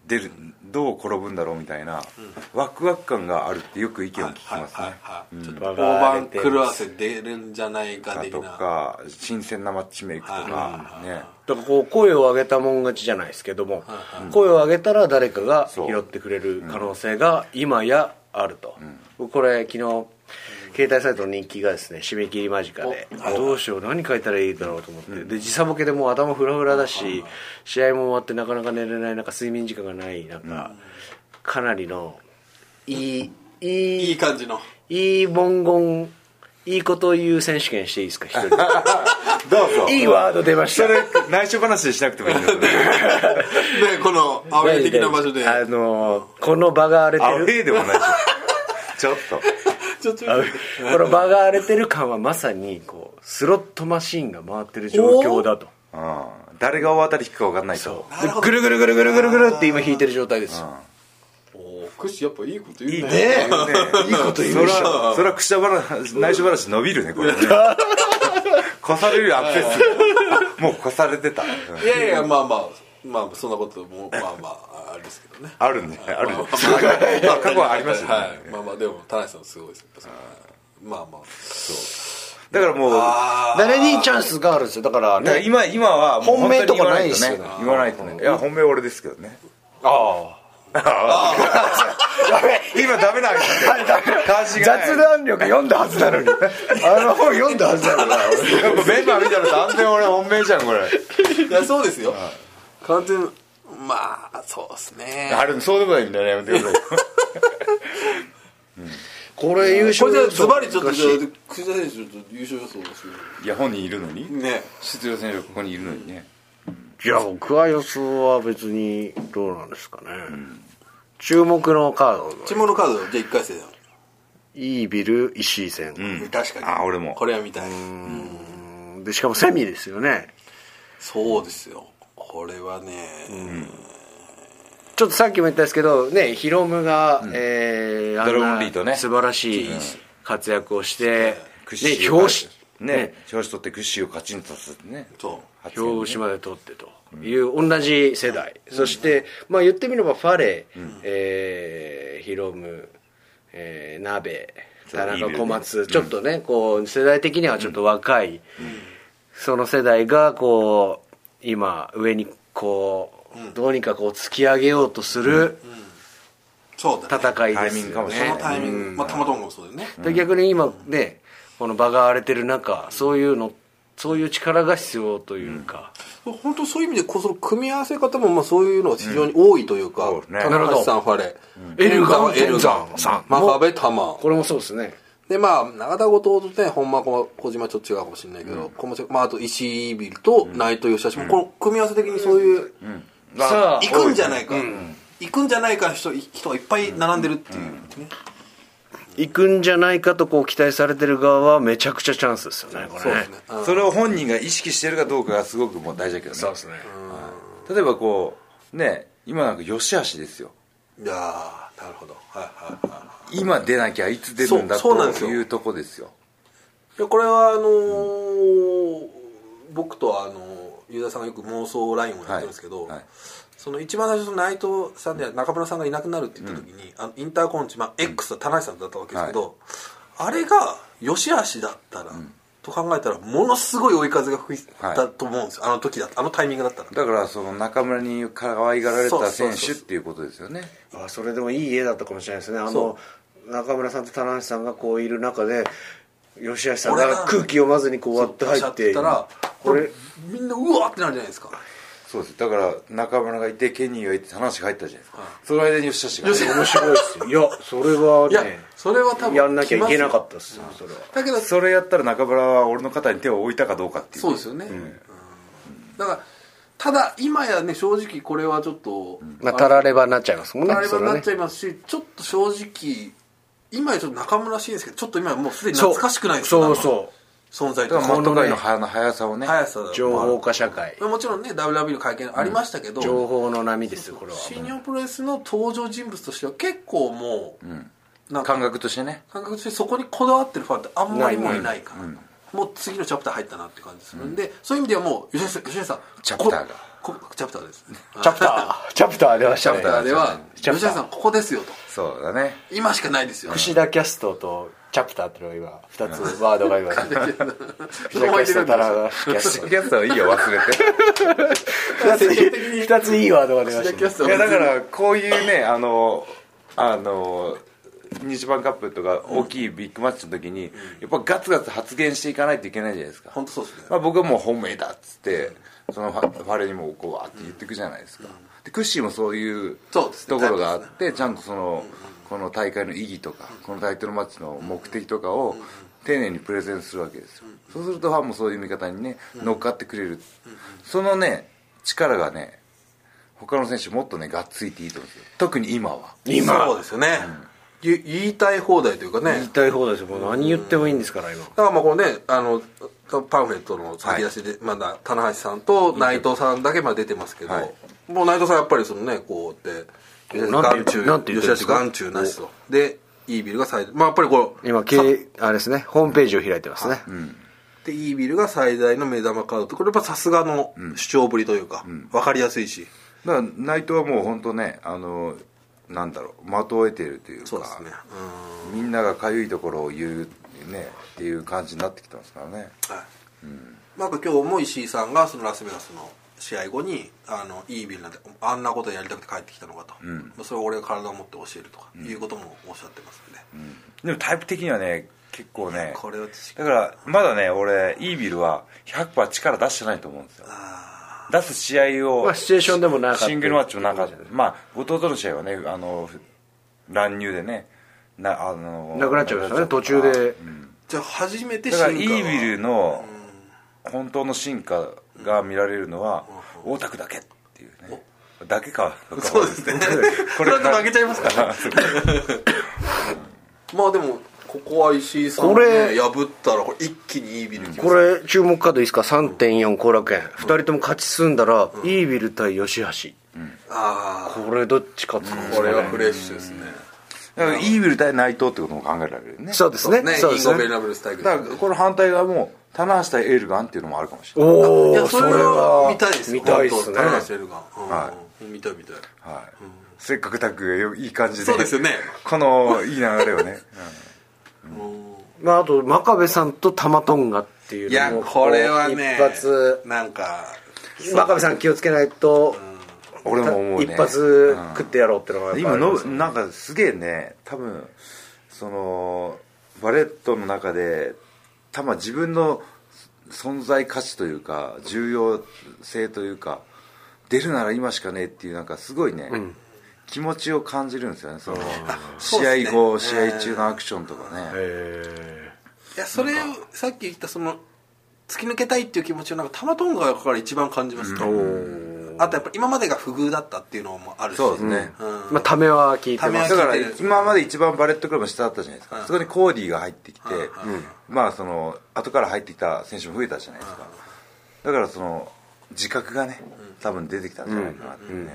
出るどう転ぶんだろうみたいな、うん、ワクワク感があるってよく意見を聞きますね。 ちょっと大盤狂わせ出るんじゃないか的なとか新鮮なマッチメイクとかね。 だからこう声を上げたもん勝ちじゃないですけども、うん、声を上げたら誰かが拾ってくれる可能性が今やあると、うん、これ昨日携帯サイトの人気がですね締め切り間近でどうしよう何書いたらいいだろうと思って、うん、で時差ボケでもう頭フラフラだし試合も終わってなかなか寝れない中睡眠時間がない中、うん、かなりのいいいいいい感じのいい文言いいことを言う選手権していいですか一人でどうぞいいワード出ましたそれ内緒話でしなくてもいいんですよねでこのアウェー的な場所であのこの場が荒れてるアウェーでもないしちょっとちょっとこの場が荒れてる感はまさにこうスロットマシーンが回ってる状況だと、 うん、誰が大当たり引くか分かんないとでぐるぐるぐるぐるぐるぐるって今引いてる状態ですよ、 うん、おクシやっぱいいこと言うねいいねいいこと言うでしょそれはくしゃ話内緒話伸びるねこれね越されるよアクセスもう越されてた、うん、 いやいやまあまあまあそんなこともまあまああれですけどねあるねあるねまあ過去はありましたね、はい、 まあまあでも田中さんすごいですまあまあそうだからもう誰にチャンスがあるんですよだからねだから今今は本命とかないですよね言わないとねいや本命俺ですけどねああ今ダメなんですよ雑談力読んだはずなのにあの本読んだはずなのにやっぱメンバー見たら断然俺本命じゃんこれいやそうですよ完全まあそうですねあれそうでもないんだよねやめてください、 うん、これ優勝予想ズバリちょっとじゃあ久田選手ちょっと優勝予想ですよいや本人いるのにね出場選手ここにいるのにね、 うん、いや僕は予想は別にどうなんですかね、うん、注目のカード注目のカードじゃあいっかい戦イービル石井戦、 うん、確かにあ俺もこれは見たいうんでしかもセミですよねそうですよこれはね、うん、 ちょっとさっきも言ったんですけどねヒロムが、うんえー、 ドラゴンリーとね素晴らしい活躍をして、 うんね、表紙ねね表紙取って屈指を勝ちに立つってねそう表紙まで取ってという、うん、同じ世代、うん、そして、まあ、言ってみればファレ、うんえー、ヒロム、えー、鍋田中小松、ね、ちょっとね、うん、こう世代的にはちょっと若い、うん、その世代がこう今上にこう、うん、どうにかこう突き上げようとする、うんうん、 そうだね、 戦いですよね。 そのタイミング、うんまあ、たまたまもそうだよね、 うん、逆に今ねこの場が荒れてる中そういうのそういう力が必要というか、 うん、本当そういう意味でこその組み合わせ方もまあそういうのは非常に多いというか、うん、高橋さんファレ、 うん、エルガンエルガンさん真壁玉これもそうですねでまあ永田後藤とね本間小島ちょっと違うかもしれないけど、うんまあ、あと石井ビルと内藤義橋も、うん、この組み合わせ的にそういう、うん、さあ行くんじゃないか、うん、行くんじゃないか人人がいっぱい並んでるっていう、ねうんうん行くんじゃないかとこう期待されてる側はめちゃくちゃチャンスですよねこれね。そうですね、 うん、それを本人が意識してるかどうかがすごくもう大事だけどね。 そうですね、 うん、例えばこうね今なんか吉橋ですよ。 いやなるほど、はいはいはい、 今出なきゃいつ出るんだというとこですよ。 いやこれはあのーうん、僕とあのユーザーさんがよく妄想ラインをやってるんですけど、はいはい、その一番最初の内藤さんで中村さんがいなくなるって言った時に、うん、あのインターコンチ、まあ、X は田中さんだったわけですけど、はい、あれが吉橋だったら、うん、と考えたらものすごい追い風が吹いたと思うんですよ、はい、あの時だったあのタイミングだったらだからその中村に可愛がられた選手っていうことですよね。 あそれでもいい絵だったかもしれないですね。あの中村さんと田中さんがこういる中で吉橋さんが空気読まずにこう割って入ってたらこれみんなうわーってなるじゃないですか。 そうです。だから中村がいてケニーがいて話が入ったじゃないですか、はい、その間に吉橋が面白いですよ。いやそれはねいやそれは多分やんなきゃいけなかったですよ、うん、それは。 だけどそれやったら中村は俺の肩に手を置いたかどうかっていう、 そうですよね、うんうん、だからただ今やね正直これはちょっと、 うんまあ、たらればになっちゃいますもんね。 たらればになっちゃいますし、ね、ちょっと正直今やちょっと中村らしいんですけどちょっと今もうすでに懐かしくないですか。 そうそう存在とかモント界の速さをね速さ情報化社会もちろんね ダブリューダブリュー の会見ありましたけど、うん、 情報の波ですよこれは。 新日本プロレスの登場人物としては結構もう、うん、 なんか感覚としてね感覚としてそこにこだわってるファンってあんまりもういないかなと、うん、もう次のチャプター入ったなって感じするんで、うん、そういう意味ではもう吉田さんチャプターがチャプターですチャプターチャプター出ましたね。 チャプターでは吉田さんここですよと。 そうだね、 今しかないですよ。 串田キャストとチャプターっていうのが今ふたつワードが今串田キャストと棚橋キャストキャストはいいよ、忘れてふたついいワードが出ました、ね、 いやだからこういうね、あのあの日版カップとか大きいビッグマッチの時に、うん、やっぱガツガツ発言していかないといけないじゃないですか。 本当そうですね、 まあ、僕はもう本命だっつって、うん、そのファレにもこうわーって言っていくじゃないですか、うん、でクッシーもそういうところがあって、ちゃんとその、この大会の意義とか、このタイトルマッチの目的とかを丁寧にプレゼンするわけですよ。そうするとファンもそういう見方にね乗っかってくれる、そのね力がね他の選手もっとねがっついていいと思うんですよ。特に今は今そうですよね、うん、言いたい放題というかね、 言いたい放題ですよ。もう何言ってもいいんですから今。 だからまあこのね、あのパンフレットの先出しで、はい、まだ棚橋さんと内藤さんだけまで出てますけど、はい、もう内藤さんやっぱりそのねこうやって眼中吉田氏眼中なしとでイービルが最大、まあやっぱりこれ今あれですね、ホームページを開いてますね、うん、 でイービルが最大の目玉カードと、これやっぱさすがの主張ぶりというか、うん、分かりやすいし、 だから内藤はもう本当ね、あのなんだろう、的を得ているというか、 そうですね、 うん、みんながかゆいところを言うねっていう感じになってきてますからね、はい、 うん、なんか今日も石井さんがそのラスベガスの試合後にあのイービルなんてあんなことやりたくて帰ってきたのかと、うん、それを俺が体を持って教えるとか、うん、いうこともおっしゃってますんで、うん、 でもタイプ的にはね結構ね、これはだからまだね俺イービルは ひゃくパーセント 力出してないと思うんですよ。出す試合を、 まあ、シチュエーションでもなかった、 シングルマッチもなかった、まあ弟の試合はねあの乱入でねなあのなくなっちゃいましたね途中で、うん、 じゃあ初めて進化だからイービルの本当の進化が見られるのは大田区だけっていうね、だけかそうですねこれだと負けちゃいますからねまあでもここは石井さんを、ね、破ったらこれ一気にイービルきます。 これ注目カードいいですか。 さんてんよん 後楽園、うん、ふたりとも勝ち進んだら、うん、イービル対吉橋、うん、あこれどっち勝つか、 うん、これはフレッシュですね、 だからイービル対内藤ってことも考えられるね。 そうですね、 そうですね、インゴベラブルスタイル、 だからこの反対側も棚橋対エルガンっていうのもあるかもしれない。 おお、 いやそれは見たいです見たいですね、 棚橋エルガン、うん、はい、見たい見たい、 はい、うん、せっかくタッグがいい感じで、 そうですよね、 このいい流れをね、 うん、まあ、あと真壁さんと玉トンガっていうのも、 いやこれはね一発なんか真壁さん気をつけないと、 うん、俺も思うね、 一発食ってやろうってのが、 うん、今のなんかすげえね、多分そのバレットの中で多分自分の存在価値というか重要性というか出るなら今しかねえっていうなんかすごいね、うん、気持ちを感じるんですよね、その試合後、ね、試合中のアクションとかね、 えー、いやそれさっき言ったその突き抜けたいっていう気持ちをなんか玉トンガから一番感じますね、うん、あとやっぱ今までが不遇だったっていうのもあるし、 そうですね、 うん、まあためは聞いてます。 だから今まで一番バレットクラブの下だったじゃないですか、うん、そこにコーディーが入ってきて、うん、まあその後から入ってきた選手も増えたじゃないですか、だからその自覚がね多分出てきたんじゃないかなっていうね、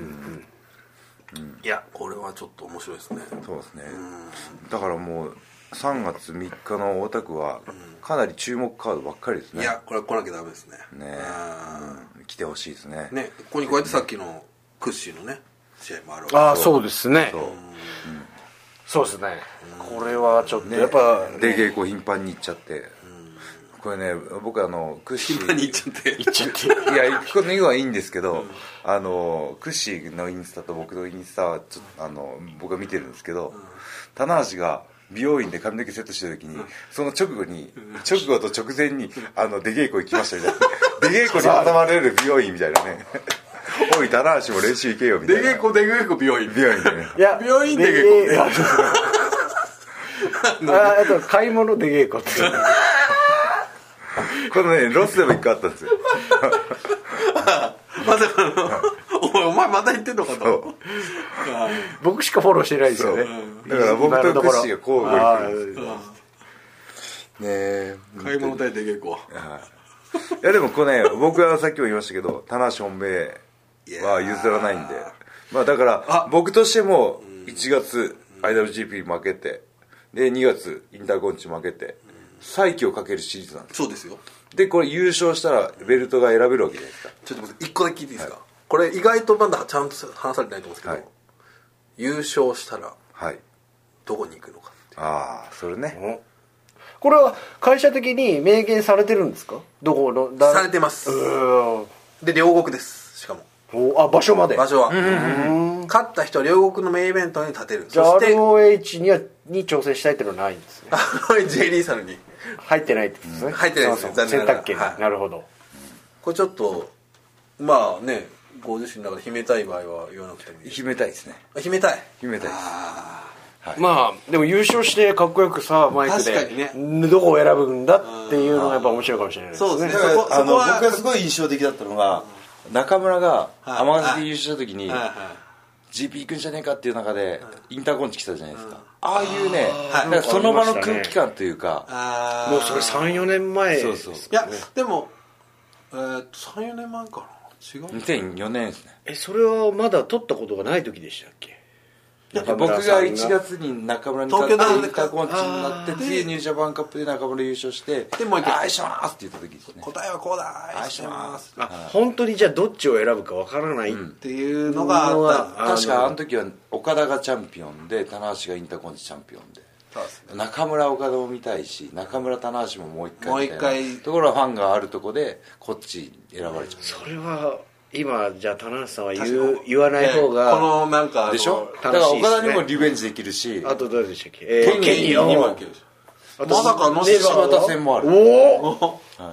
いやこれはちょっと面白いですね。 そうですね、うん、だからもうさんがつみっかの大田区はかなり注目カードばっかりですね。 いやこれは来なきゃダメですね。 ね、うん、来てほしいですね。 ね、ここにこうやってさっきのクッシーのね試合もあるわけで、 ああそうですね、そう、うん、そうですね、 うん、 これはちょっとやっぱ、 ね、出稽古頻繁に行っちゃって、うん、これね僕あのクッシー頻繁に行っちゃって行っちゃっていや行くのはいいんですけど、うん、あのクッシーのインスタと僕のインスタはちょっとあの僕は見てるんですけど、うん、棚橋が美容院で髪の毛セットしてる時に、うん、その直後に直後と直前にあの出稽古行きましたみたいな出稽古に挟まれる美容院みたいなねおい棚橋も練習行けよみたいな、 出稽古出稽古美容院美容院でね、 いや美容院出稽古ああと買い物出稽古ってこのねロスでも一回あったんですよまさかのお前お前また言ってんのかと僕しかフォローしてないですよね。 だから僕とクッシーが交互に来るんですねえ買い物代出稽古、はい、 いやでもこれね僕はさっきも言いましたけど棚橋本命は譲らないんで、まあだから僕としてもいちがつ アイダブリュージーピー 負けてでにがつインターコンチ負けて再起をかけるシリーズなんです。 そうですよ。 でこれ優勝したらベルトが選べるわけじゃないですか。 ちょっと僕一個だけ聞いていいですか、はい、これ意外とまだちゃんと話されてないと思うんですけど、はい、優勝したらどこに行くのかって、 はい、ああそれね、 これは会社的に明言されてるんですか？どこのだされてます。で両国です。しかもあ場所まで場所は、うんうん、勝った人は両国のメインイベントに立てる。 じゃあ アールオーエイチ にはに挑戦したいっていうのはないんですね。 アールオーエイチ J リーサルに入ってないってことですね、うん、 入ってないですね、 選択権、はい、なるほど。 これちょっとまあねご自身の中で秘めたい場合は言わなくてもいい。 秘めたいですね。 秘めたい秘めたいです。 はい、まあでも優勝してかっこよくさマイクで確かに、ね、どこを選ぶんだっていうのがやっぱ面白いかもしれないですね。 そうですね。 そこあの僕がすごい印象的だったのが、うん、中村が尼崎で優勝した時に、はいはいはい、ジーピー 行くんじゃねえかっていう中でインターコンチ来たじゃないですか、うん、ああいうね、なんかその場の空気感というか、 あもうそれ さんよねんまえそうそう、いやでも、えー、さんよねんまえかな、違うにせんよねんですね。 えそれはまだ取ったことがない時でしたっけ？ いや僕がいちがつに中村に勝ってインターコンチになって次ニュージャパンカップで中村優勝してでもう一回愛しますって言った時ですね。 答えはこうだ愛してますあ、はい、本当にじゃあどっちを選ぶかわからない、うん、っていうのがあった。 確かあの時は岡田がチャンピオンで棚橋がインターコンチチャンピオンで、そうですね、中村岡田も見たいし中村棚橋ももう一回みたいなもう一回ところはファンがあるとこでこっち選ばれちゃう。 それは今じゃあ棚橋さんは 言, 言わない方が、 このなんかでしょ、だから岡田にもリベンジできるし、 あと誰でしたっけ、 えー、ケニーにもいけるし、 まさかの柴田戦もある。おお、はい、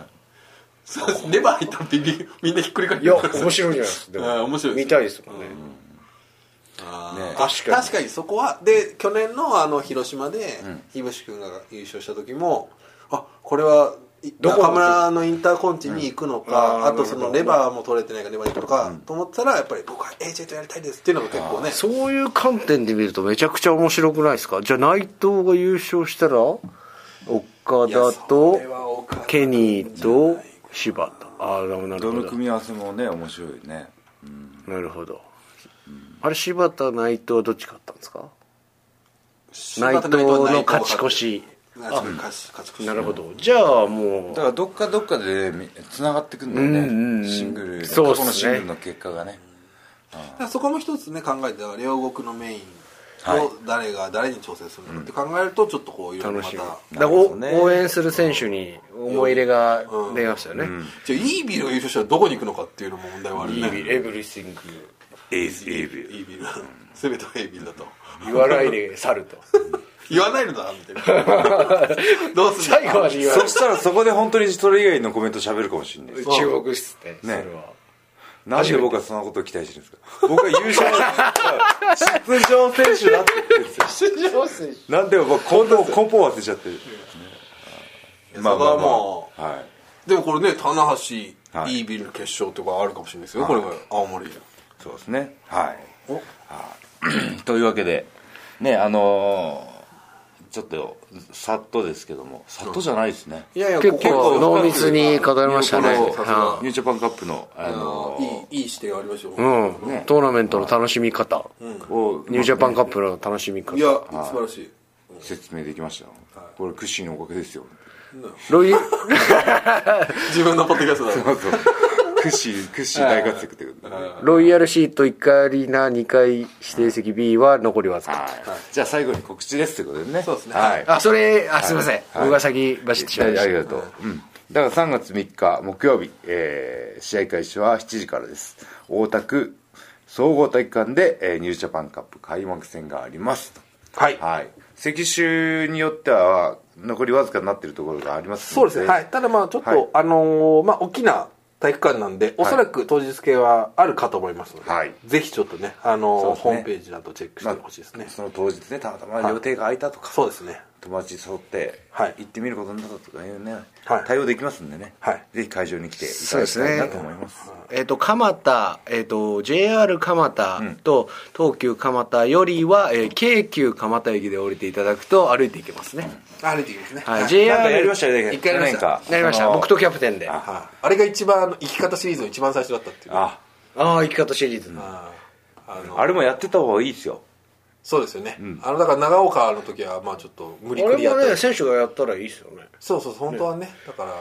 ネバー入ったってみんなひっくり返っていや面白いじゃないですか。でも面白いです、 見たいですもんね、うんあね、確かに確かにそこはで去年のあの広島で日伏君が優勝した時も、あこれは中村のインターコンチに行くのか、うん、あ, あとそのレバーも取れてないからレバーに行くのか、うん、と思ったらやっぱり僕は エージェー とやりたいですっていうのが結構ね、 そういう観点で見るとめちゃくちゃ面白くないですか。じゃあ内藤が優勝したら岡田とケニーと柴田、ああなるほど、 どの組み合わせもね面白いね、 うん、なるほど、うん、あれ柴田内藤はどっち勝ったんですか。内藤の勝ち越し、あ、なるほど、じゃあもうだからどっかどっかでつながってくんだよね、うんうんうん、シングルで、過去のシングルの結果がね、 うん、そこも一つね考えて、だから両国のメインを誰が誰に調整するのかって考えるとちょっとこういう楽しみ、だから応援する選手に思い入れが出ましたよね、うんうん、 じゃあイービルが優勝したらどこに行くのかっていうのも問題はあるね。 イービルエブリシングエービルイービル全てはエービルだと言わないで去ると言わないのだみたいなどうする最後まで言わない。 そしたらそこで本当にそれ以外のコメント喋るかもしれない。 注目室ね、それはなんで僕はそんなことを期待してるんですか。僕は優勝出場選手だって言ってるんですよ。 出場選手なんで僕根本根本忘れちゃってる、ね、 まあまあまあ、はい、でもこれね棚橋、はい、イービル決勝とかあるかもしれないですよ、はい、これが青森。 そうですね、はいおはというわけでね、あのー、ちょっとさっとですけども、さっとじゃないですね、 いやいや結構濃密に語りましたね。 ニュージャパンカップの、あのー、いいいい視点がありましたよ、 うんね、トーナメントの楽しみ方、うん、ニュージャパンカップの楽しみ方、 いや素晴らしい、 うん、説明できましたよ、はい、これクッシーのおかげですよ、 ロイ自分のポッドキャストだそうそうクッシークッシー大活躍ってことね。 ロイヤルシートいっかいアリーナにかい指定席 B は残りわずか、はいはい、 じゃあ最後に告知ですってことでね。 そうですね、 はい、あそれあすいません、はい、僕が先走ってしまいました。 ありがとう、うん、だからさんがつみっか木曜日、えー、試合開始はしちじからです。大田区総合体育館で、えー、ニュージャパンカップ開幕戦がありますと。はい、はい、席種によっては残りわずかになっているところがありますので。 そうですね、はい、ただまあちょっと、はい、あのー、まあ大きな体育館なんで、おそらく当日系はあるかと思いますので、はい、ぜひちょっとね、あのーね、ホームページなどチェックしてほしいですね、 まあ、その当日ね、たまたま予定が空いたとか、はい、 そうですね、 友達誘って行ってみることになったとかいうね、はい、対応できますんでね、はい、ぜひ会場に来ていただきたいなと思います。 えっ、ー、と蒲田、えっ、ー、と ジェイアール 蒲田と東急蒲田よりは、えー、京急蒲田駅で降りていただくと歩いていけますね。 うん、歩いていけますね。 はい、ジェイアールやりましたよね。 一回やりました。 やりました。僕とキャプテンで。 あ, あれが一番生き方シリーズの一番最初だったっていう。 ああ生き方シリーズ。 あ, あ, のあれもやってた方がいいですよ。 そうですよね、うん、あのだから長岡の時はまあちょっと無理くりやった。 あれもね選手がやったらいいですよね。 そうそう本当はね、だから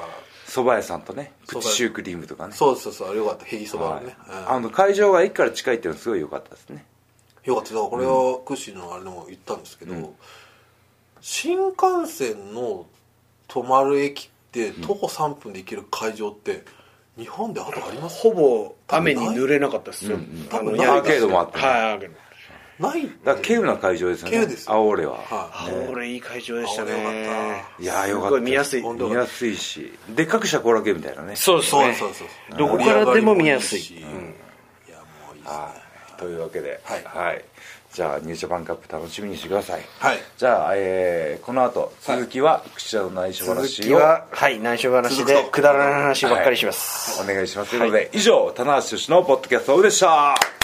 蕎麦屋さんとねプチシュークリームとかね。 そうそうそう、あれよかった。へぎそばね、 はい、あの会場が駅から近いっていうのはすごい良かったですね。 よかった。だからこれはクッシーのあれでも言ったんですけど、うん、新幹線の止まる駅って徒歩さんぷんで行ける会場って日本であとあります？ ほぼ雨に濡れなかったですよ、うんうん、 多分アーケードもあって、ね、 はい、アーケードない。 だから稀有な会場ですよね。稀有です。青俺は。 青俺いい会場でしたね。 いやよかった。 すごい見やすい。 見やすいし、で各社後楽園みたいなね。 そうそうそうそう。どこからでも見やすい。うん、いやもういいですね。というわけで、はい。はい、じゃあニュージャパンカップ楽しみにしてください。 はい。 じゃあ、えー、この後続きは口田の内緒話を。 続きははい内緒話でくだらない話ばっかりします。 はい、お願いします。ということで以上棚橋宏のポッドキャストでした。